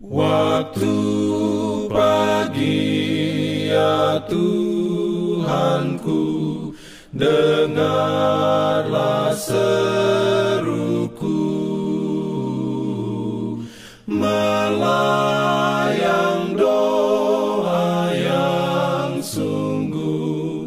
Waktu pagi ya Tuhanku, dengarlah seruku, melayang doa yang sungguh,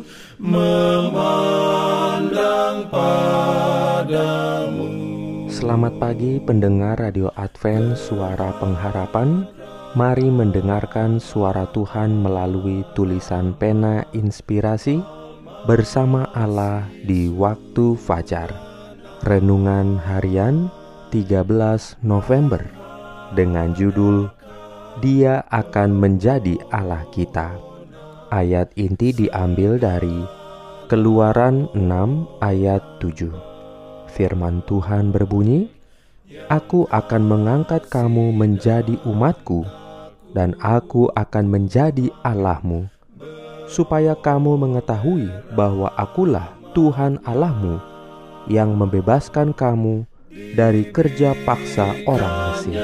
memandang padamu. Selamat pagi pendengar Radio Advent Suara Pengharapan. Mari mendengarkan suara Tuhan melalui tulisan pena inspirasi bersama Allah di waktu fajar. Renungan harian 13 November dengan judul Dia akan menjadi Allah kita. Ayat inti diambil dari Keluaran 6 ayat 7. Firman Tuhan berbunyi, Aku akan mengangkat kamu menjadi umatku, dan aku akan menjadi Allahmu, supaya kamu mengetahui bahwa akulah Tuhan Allahmu, yang membebaskan kamu dari kerja paksa orang Mesir.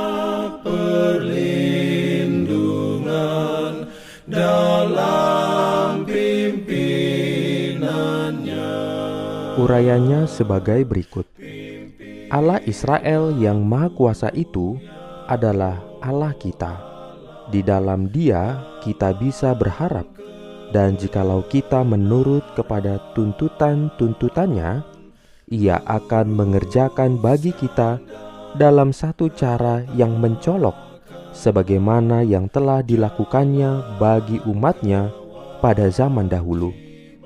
Perlindungan dalam pimpinannya. Urayanya sebagai berikut. Allah Israel yang Maha Kuasa itu adalah Allah kita. Di dalam Dia kita bisa berharap, dan jikalau kita menurut kepada tuntutan-tuntutannya, Ia akan mengerjakan bagi kita dalam satu cara yang mencolok, sebagaimana yang telah dilakukannya bagi umatnya pada zaman dahulu.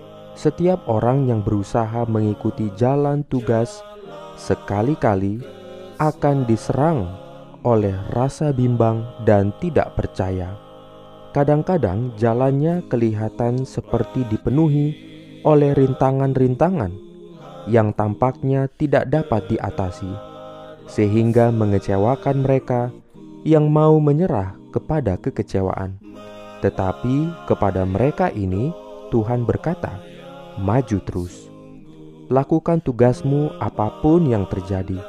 Setiap orang yang berusaha mengikuti jalan tugas sekali-kali akan diserang oleh rasa bimbang dan tidak percaya. Kadang-kadang jalannya kelihatan seperti dipenuhi oleh rintangan-rintangan yang tampaknya tidak dapat diatasi, sehingga mengecewakan mereka yang mau menyerah kepada kekecewaan. Tetapi kepada mereka ini Tuhan berkata, maju terus. Lakukan tugasmu apapun yang terjadi.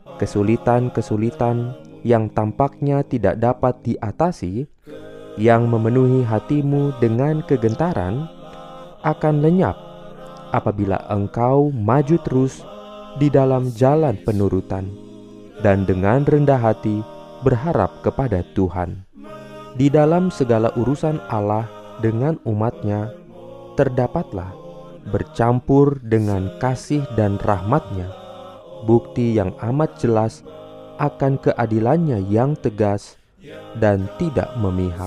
Kesulitan-kesulitan yang tampaknya tidak dapat diatasi, yang memenuhi hatimu dengan kegentaran, akan lenyap apabila engkau maju terus di dalam jalan penurutan, dan dengan rendah hati berharap kepada Tuhan. Di dalam segala urusan Allah dengan umatnya, terdapatlah bercampur dengan kasih dan rahmat-Nya, bukti yang amat jelas akan keadilannya yang tegas dan tidak memihak.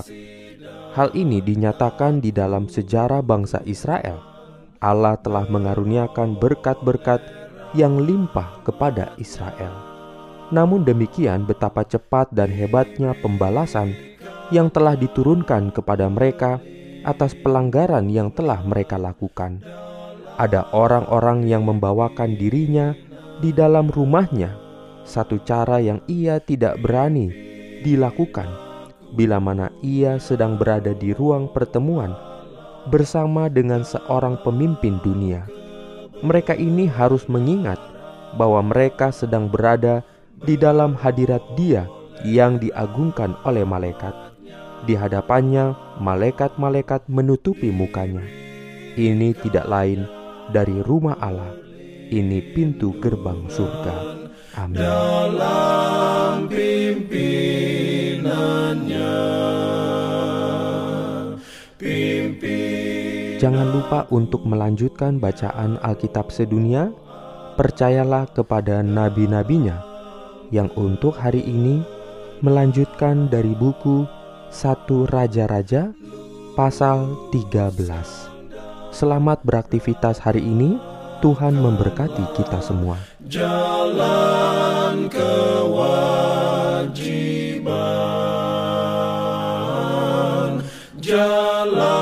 Hal ini dinyatakan di dalam sejarah bangsa Israel. Allah telah mengaruniakan berkat-berkat yang limpah kepada Israel. Namun demikian, betapa cepat dan hebatnya pembalasan yang telah diturunkan kepada mereka atas pelanggaran yang telah mereka lakukan. Ada orang-orang yang membawakan dirinya di dalam rumahnya, satu cara yang ia tidak berani dilakukan bila mana ia sedang berada di ruang pertemuan bersama dengan seorang pemimpin dunia. Mereka ini harus mengingat bahwa mereka sedang berada di dalam hadirat Dia yang diagungkan oleh malaikat. Di hadapannya, malaikat-malaikat menutupi mukanya. Ini tidak lain dari rumah Allah. Ini pintu gerbang surga. Amin. Dalam pimpinannya. Jangan lupa untuk melanjutkan bacaan Alkitab sedunia. Percayalah kepada nabi-nabinya yang untuk hari ini melanjutkan dari buku 1 Raja-Raja pasal 13. Selamat beraktivitas hari ini. Tuhan memberkati kita semua. Jalan kewajiban, jalan